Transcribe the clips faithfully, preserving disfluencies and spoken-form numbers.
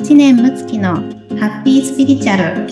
知念睦月のハッピースピリチュアル。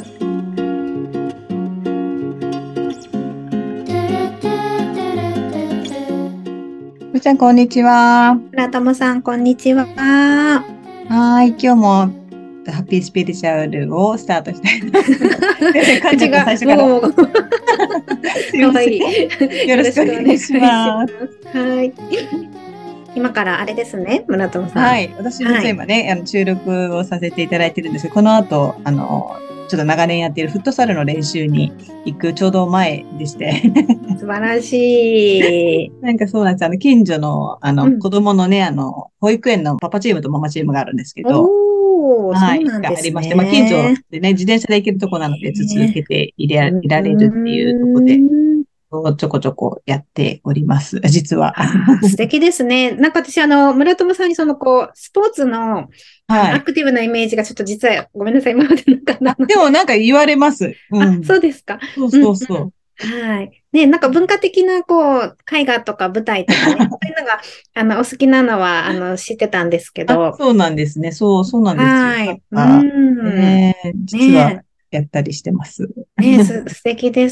ふーちゃん、こんにちは。 村友さん、こんにちは。 はーい、今日もハッピースピリチュアルをスタートしたいな。すいません、噛んじゃった、最口が初から。 もごもご。 すいません。 かわいい。 よろしくおよろしくお願いし願いしまます。 す。はい。今からあれですね、村友さん。 はい、私実はい。 は今ね、あの収録をさせていただいてるんですけど、この後、あの、ちょっと長年やっているフットサルの練習に行くちょうど前でして、 素晴らしい。 なんかそうなんです。あの、近所の、あの、 うん。 子供のね、あの、保育園のパパチームとママチームがあるんですけど、 おー、そはい、 うなんですがありまして、まあ、近所ね。 でね、自転車で行けるとこなので、続ねけていれ、 ういられるっていうところで、 ーん。 ちょこちょこやっております、実は。 ああ、素敵ですね。なんか私、あの、村友さんにその、こう、スポーツの、あの、アはい。 クティブなイメージがちょっと実は、ごめんなさい、今までなかったあ、 ので。 でもなんか言われます。うあ、 ん。 そうですか。 そううん、 そうそうん。はい。ね、なんかう。 文化的な、こう、絵画とか舞台とかね、そういうのが、あの、お好きなのは、あの、知ってたんですけあ、 ど、 そうなんですね。そう、そうなんですよ。なんはい。うか、 ん。 ね、実はねやったりしてます。 え、ねえ、す、素敵です。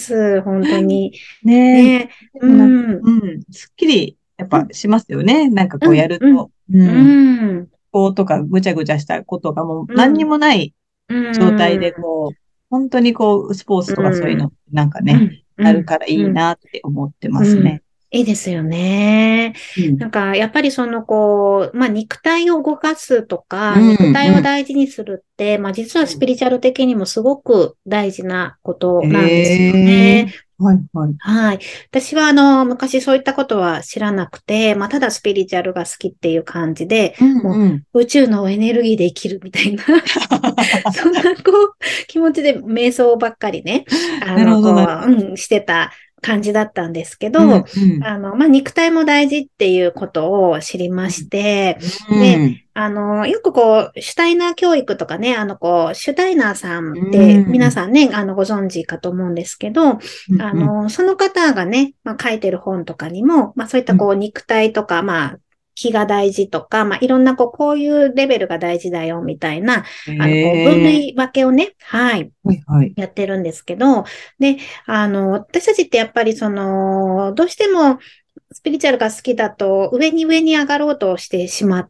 本当に。 ねえ、 ねえ、うでもなんか、 ん。 うん、すっきりやっぱうん、 しますよね。なんかこうやうん、うん、 ると。ううん。 ん、 こうとかぐちゃぐちゃしたことがもう何にうん、 もないう状態でん。 こう、本当にこう、スポーツうとかそういうのん、 なんかね、 うん、うん、 あるからいうん、 いなって思ってまうん。 すね。 いいですよね。 うん。 なんか、やっぱりその、こう、まあ、肉体を動かすとか、 うん、 肉体をうん。 大事にするって、まあ、実はうん。 スピリチュアル的にもすごく大事なことなんですよね。 へえ、はい、はい。 はい。私は、あの、昔そういったことは知らなくて、まあ、ただスピリチュアルが好きっていう感じで、 うん、 もうん。 う、宇宙のエネルギーで生きるみたいなそんな、こう、気持ちで瞑想ばっかりね、あの、 なるほど、なこう、 るほど。 うん、してた感じだったんですけど、 うん、うん、 あの、まあ、肉体も大事っていうことを知りましうん。 て、で、 うん、 あの、よくこう、シュタイナー教育とかね、あの、こう、シュタイナーさんうって皆ん、 さんね、あの、ご存知かと思うんですけど、 うん、うん、 あの、その方がね、まあ、書いてる本とかにも、まあ、そういったうん。 こう、肉体とか、まあ、気が大事とか、まあ、いろんなこう、こういうレベルが大事だよ、みたいな、 へあの、こう、分え、 類分けをね、はい、 はい、はい。 やってるんですけど、で、あの、私たちってやっぱりその、どうしても、スピリチュアルが好きだと、上に上に上がろうとしてしまって、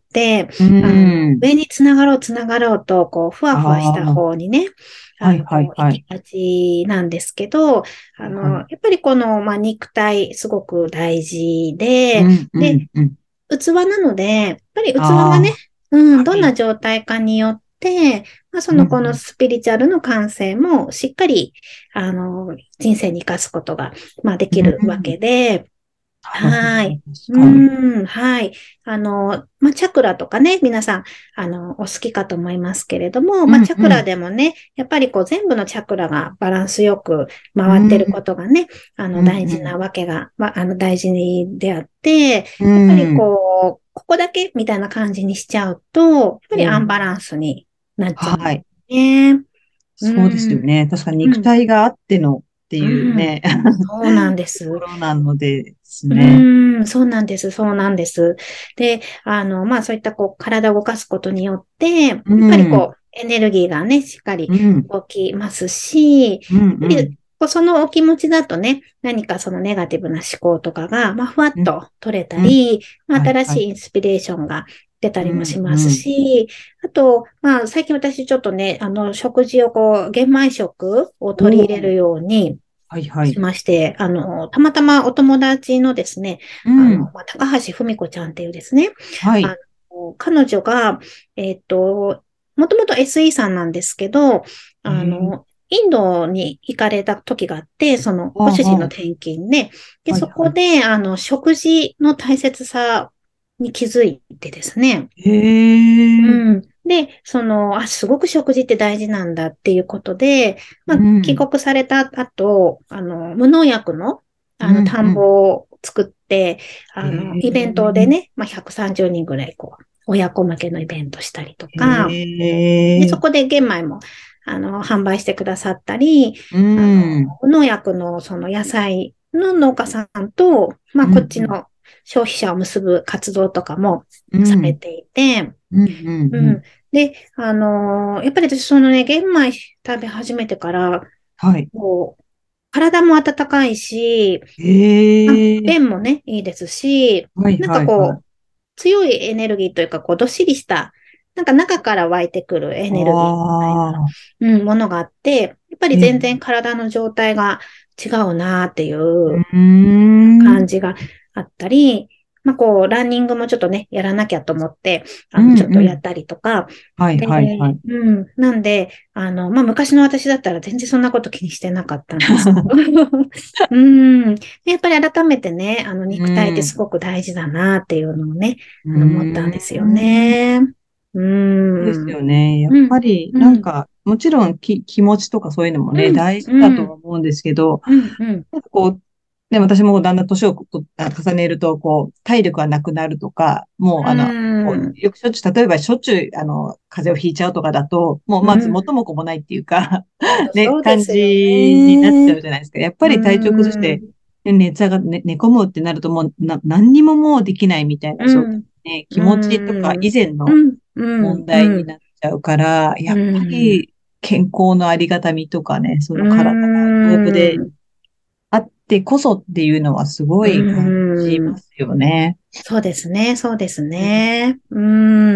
うあの、 ん。 上につながろうつながろうと、こう、ふわふわしたああ、 方にね、あはい、 の、 はい、 こう、行はい。 きがちなんですけど、あの、 はい。 やっぱりこの、まあ、肉体、すごく大事で、 うん、うで、 ん、うん。 器なので、やっぱり器がね、 あうん、 あ、はい。 どんな状態かによって、まあ、そうん、うのこのん。 スピリチュアルの感性もしっかり、あの、人生に生かすことが、まあ、でうきるわけん。 で、 なるほど、 はい。う確かに。 ーん、はい。あの、まあ、チャクラとかね、皆さん、あの、お好きかと思いますけれども、まあ、 うん、 チャクラうん。 でもね、やっぱりこう全部のチャクラがバランスよくう回ってるこん、 とがね、あの、 うん、 大事なうん。 わけが、まあ、あの、大事であって、やうっぱりん。 こう、ここだけみたいな感じにしちゃうと、やっぱりアンバランスになっちゃうんではい。 すね。うそうですよん、 ね。確かにうん、 肉体があってのってういうん。 ね、 そうなんでとこす。 ろなのでですうね。 ーん、そうなんです、そうなんです。で、あの、まあ、そういったこう、体を動かすことによって、やっうぱりん、 こう、エネルギーがね、しっかりうん、 動きますし、やっうん、 ぱりうん。 こうそのお気持ちだとね、何かそのネガティブな思考とかが、まあ、ふわっうん、 と取れたうん。 り、まあ、 はい、はい。 新しいインスピレーションが出たりもしうん、 ますうん。 し、あと、まあ、最近私ちょっとね、あの、食事をこう、玄米食を取り入れおー、 るように、 はい、はしい。 まして、あの、たまたまお友達のですね、あの、 うん、 まあ、高橋文子ちゃんっていうですね、あはい。 の、彼女が、えっと、もともと エスイー さんなんですけど、 えー、 あの、インドに行かれた時があって、その、 はあ、 ご主人のは転勤で、で、 あ、はい、 そはい。 こで、あの、食事の大切さに気づいてですね、 へえ、 うん。で、その、あ、すごく食事って大事なんだっていうことで、まあ、帰うん、 国された後、あの、無農薬の、あの、 うん、 田んぼうん。 を作って、 へあの、イベントでえ、 ね、まあ、ひゃくさんじゅうにんぐらい、こう、親子向けのイベントしたりとへか、で、そえ、 こで玄米も、あの、販売してくださったり、 うあの、 ん、 無農薬のその野菜の農家さんと、まあ、 うん、うん、 こっちの消費者を結ぶ活動とかもされうん、 ていて、 うん、うん、 ううん。 ん。 で、あのーやっぱり私そのね、玄米食べ始めてから、 はい。 こう、体も温かいし、あ、 ええ、 便もね、いいですし、 はいなんかはいはい。 こう、強いエネルギーというか、こう、どっしりした、なんか中から湧いてくるエネルギーみたいな、 ああ、 うん、ものがあって、やっぱりええ、 全然体の状態が違うなっていううーん、 感じがあったり、まあ、こう、ランニングもちょっとね、やらなきゃと思って、あの、 うんちょっとうん。 やったりとか、 はいで、 はいはい。 うん、なんで、あの、まあ、昔の私だったら全然そんなこと気にしてなかったんですけど、うん、でやっぱり改めてね、あの、 う肉体ってすん。 ごく大事だなっていうのをね、 うあの、思ったんーですよん。 ね。うですん、 よね。やっうん、 ぱり、 うん、 なんか、もちろんき気持ちとかそういうのもね、 うん、 大事だうん、 とは思うんですけど、 うん、うん、 なんかこう、ね、私もだんだん年をとあ重ねると、こう、体力がなくなるとか、もう、 うあの、こん、 うよくしょっちゅう、例えばしょっちゅう、あの、風邪をひいちゃうとかだと、もうまずうん。 元も子もないっていうか、ね、 そうで感じすよになっちゃね。 うじゃないですか。やっぱうり体調崩して、 ん、 ね、熱が、ね、寝込むってなるともう、な、何にももうできないみたいな状態うん、 ね、気う持ちとかん、 以前のうん、うん、 問題うん、 になっちゃうから、 うやっぱん、 り健康のありがたみとかね、そうの体が丈夫でん、 あってこそっていうのはすごうい感じまん。 すよね。 そうですね、そうですうん、 ね。うん。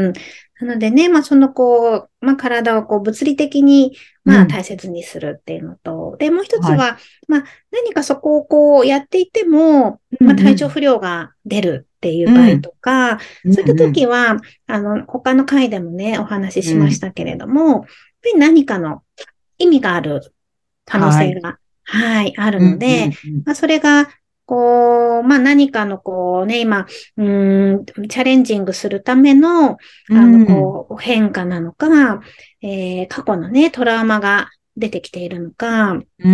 なのでね、まあ、そのこう、まあ、体をこう物理的に、まあ、 うん、 大切にするっていうのと、で、もう一つはい。 は、まあ、何かそこをこうやっていても、まあ、 うん、うん、 体調不良が出るっていう場合うん、 とか、 うん、 そういったうん、 時は、あの、他の回でもね、お話ししましうん。 たけれども、やっぱり何かの意味がある可能はい。 性が、はい、あるうん、 ので、 うん、うん、 まあ、それが、こう、まあ、何かのこうね、今、うーん、チャレンジングするための、 うあの、 ん、 こう、変化なのか、えー過去のね、トラウマが出てきているのか、 うん、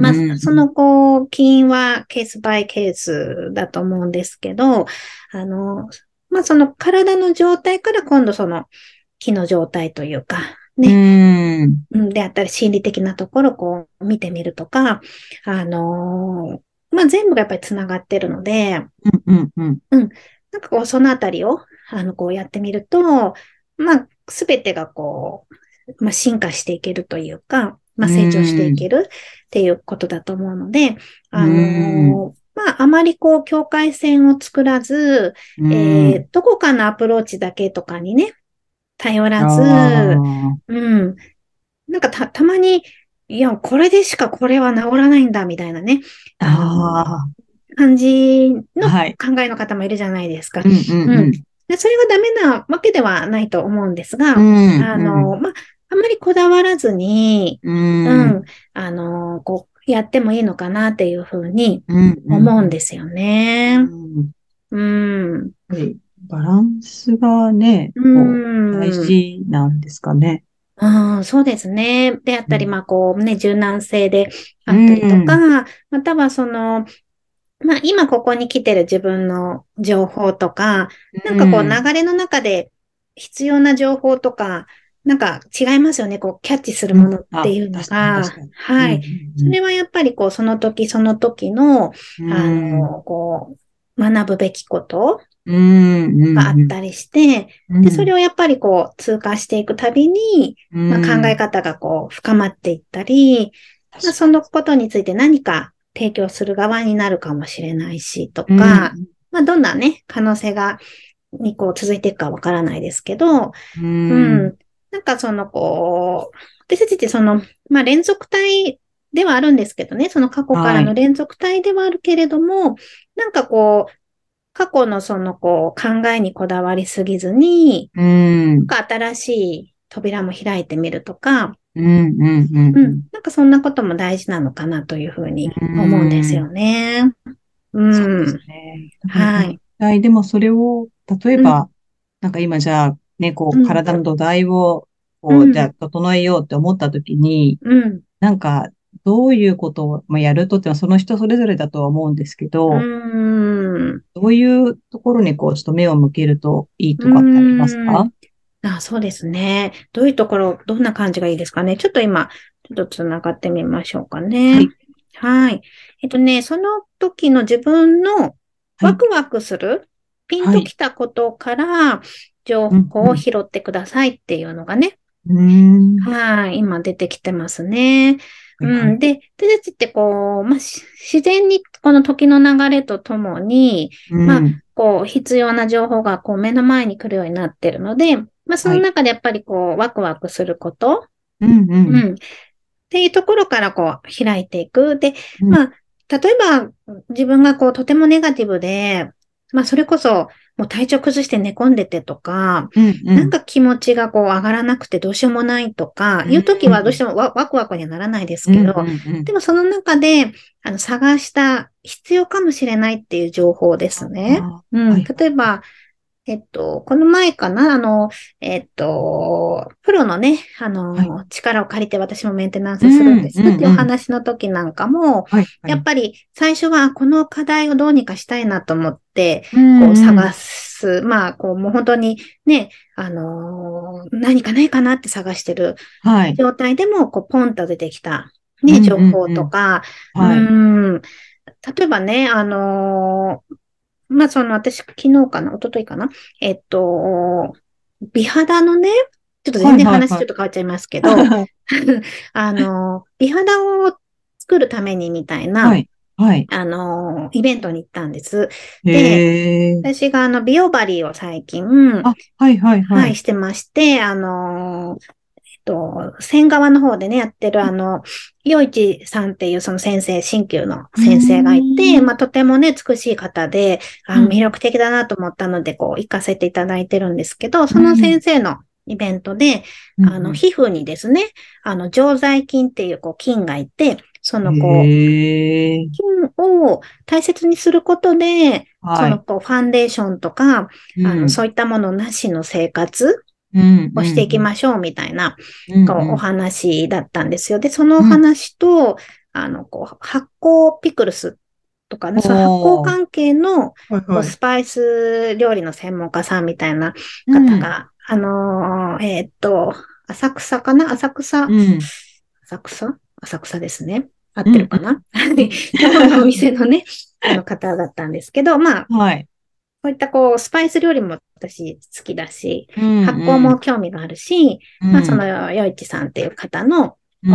まあ、 うん、 その、こう、起因はケースバイケースだと思うんですけど、あの、まあ、その体の状態から今度その気の状態というか、 うね、 ん、 うんであったり心理的なところをこう見てみるとか、あのーまあ、全部がやっぱりつながってるので、 うん、うん、 うん。なんかこう、そのあたりを、あの、こうやってみると、まあ、すべてがこう、まあ、進化していけるというか、まうあ、成長していけん、 るっていうことだと思うので、 うあん、 のーまあ、あまりこう、境界線を作らず、 うえー、 ん。 どこかのアプローチだけとかにね、頼らず、 あうん。なんかた、たまに、いや、これでしかこれは治らないんだ、みたいなね、 あ、 あの、 あ感じあ、 のはい。 考えの方もいるじゃないですか。 うん、うん、 うん。 うん。 で、それがダメなわけではないと思うんですうが、 ん、 あの、 うん、 まあ、あまりこだわらずに、 ううん、 ん、 あの、こう、やってもいいのかなっていうふうにうん、うん、 思うんですようね。 ん。やっうん。 ぱりバランスがね、 うこう、大ん。 事なんですかね。 うん、そうですね。であったり、 うん、 まあ、こうね、柔軟性であうったりとん、 か、またはその、まあ、今ここに来てる自分の情報とか、なんうかこうん。 流れの中で必要な情報とか、なんか違いますよね。こうキャッチするうん。 ものってあ、 いうの確かに確が。 かに。うん、 はい。そうん、 れはやっぱりこうその時その時の、 うあん。 の、こう学ぶべきことうん、うん、うん、 があったりして、で、そうん。 れをやっぱりこう通過していくたびに、 うまあ、考えん。 方がこう深まっていったり、まあ、 確かそのことについて何か提供する側になるかもしれないし、とに。うか、 ん、 まあ、どんなね、可能性が、にこう続いていくかわからないですけど、 ううん。 ん。なんかそのこう、私たちってその、まあ、連続体ではあるんですけどね、その過去からのはい。 連続体ではあるけれども、なんかこう、過去のそのこう考えにこだわりすぎずに、 うん。 なんか新しい扉も開いてみるとか、 うん、うん、うん、 うん。 うん。 なんかそんなことも大事なのかなというふううに思うんですよん。 ね。うそうですん。 ね。だからこの土はい。 台でもそれを、例えうん。 ば、なんか今じゃあ、ね、こう、 うん。 体の土台を、こう、じゃあ、 うん。 整えようって思った時に、 うん。 なんか、どういうことをまあやるとっていうのは、その人それぞれだとは思うんですけうど、 ん。 どういうところにこう、ちょっと目を向けるといいうとかってありますか？ ん。あ、そうですね。どういうところ、どんな感じがいいですかね。ちょっと今、ちょっとつながってみましょうかね。 はい。 はい。えっとね、その時の自分のはい。 ワクワクする、ピンはい。 ときたことから、 情うん、 報をうん。 拾ってくださいっていうのがね、 うーん。 はい、今出てきてますね。 はい、はい。 うん。で、手術ってこう、まあ、し自然にこの時の流れとともに、まあ、 うん。 こう、必要な情報がこう目の前に来るようになってるので、まあ、そのはい。 中でやっぱりこう、ワクワクすること、 うん、うん。 うん。っていうところからこう、開いていく。で、 うん、 まあ、例えば、自分がこう、とてもネガティブで、まあ、それこそ、もう体調崩して寝込んでてとか、 うん、うん。 なんか気持ちがこう上がらなくてどうしようもないとか、 ういうときはどうしん、 てもワワクワクにはならないですうん、うけど、 ん。うん。 でもその中で、あの、探した必要かもしれないっていう情報ですね。 ああ、はうん。 い、はい。 例えば、えっと、この前かな、あの、えっと、プロのね、あはい。 の、力を借りて私もメンテナンうスするんん、 ですうん、 っていうおうん。 話の時なんかも、 はい、はい。 やっぱり最初はこの課題をどうにかしたいなと思って、 うん、うこう探ん。 す。まあ、こうもう本当にね、あのー何かないかなって探してるはい。 状態でも、こうポンと出てきたね、 うん、 情うん、うん。 報とか、うーはい。 ん、例えばね、あのーまあ、その私、昨日かな、一昨日かな。えっと、美肌のね、ちょっと全はい、 然はい、はい。 話ちょっと変わっちゃいますけど、あの、美肌を作るためにみたいな、 はい、はい。 あの、イベントに行ったんです。で、 へえ。 私があの、美容針を最近、 あ、はい、はい、ははい、 い。 してまして、あの、と、仙川の方でね、やってるあの、洋一さんっていうその先生、鍼灸のうー先生がいて、まあ、 ん。 とてもね、美しい方で、あ、 うん、 魅力的だなと思ったので、こう、行かせていただいてるんですけど、そのうん、 先生のイベントで、 うん、 あの、 う皮膚にですね、あの、常在菌っていうこう菌がいて、そん。 のこう、 へえ。 菌を大切にすることで、そはい。 のこう、ファンデーションとか、あの、 うん、 そういったものなしの生活、 うん、うをしていきん、 ましょうみたいな、 うん、 こう、おうん、 話だったんですよ。で、そのおうん。 話と、あの、こう、発酵ピクルスとかね、その発酵おー。 関係の、 はい、 こう、 はい。 スパイス料理の専門家さんみたいなうん、 方が、あのーえーっと、浅草かな浅草、 うん、 浅草浅草ですね。合っうん、 てるかなうん。 ののお店のね、あの方だったんですけど、まあ、 はい。 こういったこう、スパイス料理も私好きだし、 うん、 発酵うん、 も興味があるし、まあその、 うん、 よいちさんっていう方のうん。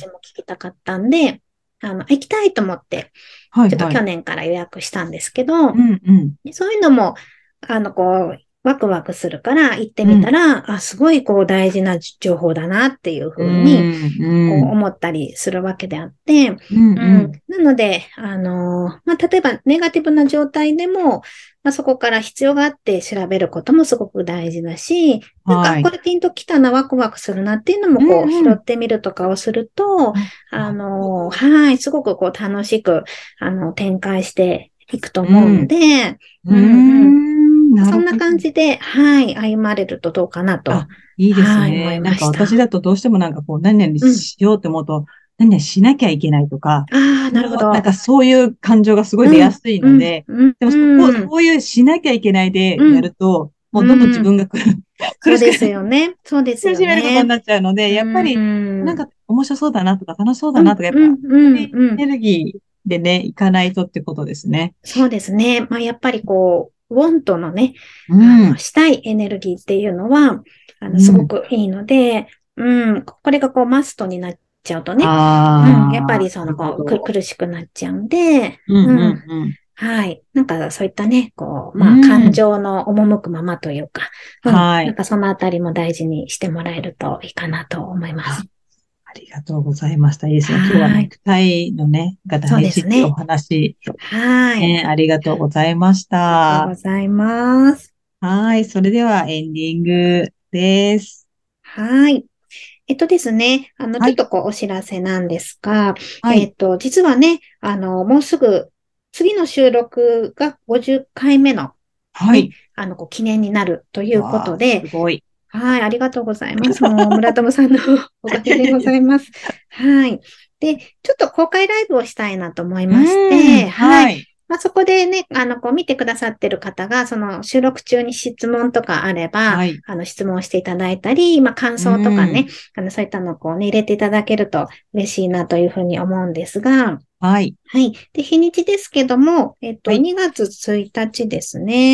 お話も聞きたかったんで、あの、行きたいと思って、 はい、 ちょっとはい。 去年から予約したんですけど、 うん、うん、 そういうのも、あの、こう、ワクワクするから行ってうん、 みたら、あ、すごいこう大事な情報だなっていううふうに、 ん、 こううん、 思ったりするわけであって、 うん、 うん。 うん。 なので、あのまあ、例えばネガティブな状態でも、まあ、そこから必要があって調べることもすごく大事だし、なんか、 はい。 これピンときたな、ワクワクするなっていうのも、 うこう、 ん、うん。 拾ってみるとかをすると、 あ、 あなるほのど。 はい、すごくこう、楽しく、あの、展開していくとう思うのん。 で、 うーうんうん。 ん、なそんなるほど。 感じで、はい、歩まれるとどうかなと、 あ、いいですはい、思いね。なんかました。 私だとどうしてもなんかこう、何々 うん。 しようと思うと、何々しなきゃいけないとか、 ああ、なるほそう、なんど。 かそういう感情がすごい出うん、 やすいうん、 ので、 うん、 でもそこ、 うん、 そういうしなきゃいけないでうん、 やると、もうどんどん自うん。 分が苦苦しくそうですよね。そうです苦よね。 しめることになっちゃうので、 うやっぱり、なんん。 か面白そうだなとか楽しそううん、 だなとか、やっうん、 ぱ、 うん、 エうん。 ネルギーでね、いかないとってことですね。 そうですね。まあ、やっぱりこう、ウォントのね、 うあの、 ん、 したいエネルギーっていうのは、あの、すごうん。 くいいので、うん、これがこう、マストになっちゃうとね、うん、やっぱああ、なるりその、こう、くほど。 苦しくなっちゃうんで、 うん、ううん。 ん、うん。 はい。なんか、そういったね、こう、 うまあ、感ん。 情の赴くままというか、うん。 はい。 なんか、そのあたりも大事にしてもらえるといいかなと思いまあ、 す。 ありがとうございました。いいですね。今日ははい。 肉体のね、がそう大事っていうおですね。 話、 はい。 ね、ありがとうございましありがとうた。 ございます。 はい。それではエンディングです。 はい。えっとですね、あの、 はい。 ちょっとこう、お知らせなんですが、 はい。 えっと、実はね、あの、もうすぐ、次の収録がごじゅっかいめのね、 はい。 あの、こう記念になるというこわあ、 とで、 すごい。 はい、ありがとうございます。もう、村友さんのおかげでございます。はい。で、ちょっと公開ライブをしたいなと思いうまして、 ーん。 はい。 はい。 まあ、そこでね、あの、こう見てくださってる方が、その収録中に質問とかあれば、 はい。 あの、質問していただいたり、まあ、感う想とかね、 ーん。 あの、そういったのをこうね、入れていただけると嬉しいなというふうに思うんですが、 はい。 はい。で、日にちですけども、えっと、 はい。 にがつついたちですね。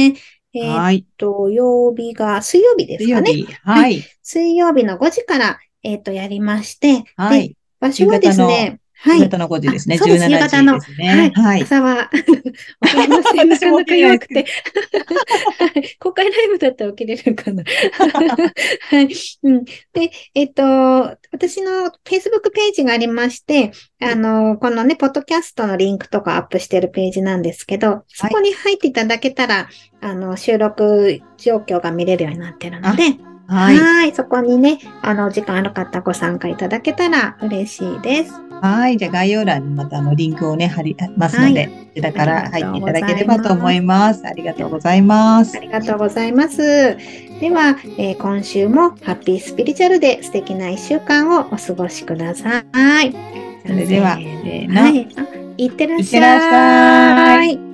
えーっはい。 と、曜日が水曜日ですかね。 水曜日。 はい。 はい。 水曜日のごじから、えーっと、やりまして、で、 はい。夕場所はで方の、 すね、はい。 夕方のごじであ、 すね。17 そうです。夕方時での、 すね。 はい。 はい。 朝は起きれません。な私かなかも起きれないですけど。 弱くて。はい。公開ライブだったら起きれるかな。はい。うん。で、えっと、私の Facebook ページがありまして、 はい。 あの、このね、ポッドキャストのリンクとかアップしてるページなんですけど、そはい。 こに入っていただけたら、あの、収録状況が見れるようになってるのあ、 で、 はい。 はい。そこにね、あの、時間ある方ご参加いただけたら嬉しいです。 はい。じゃあ概要欄にまたあのリンクをね、貼りますはい。 ので、こちらありから入ってがとういただけれございばと思います。 ます。ありがとうございます。 ありがとうございます。では、えー今週もハッピースピリチュアルで素敵な一週間をお過ごしください。じゃあせそれでは、せーの。 ーの。 はい。あ、いってらっしいってらっしゃい。 ゃい。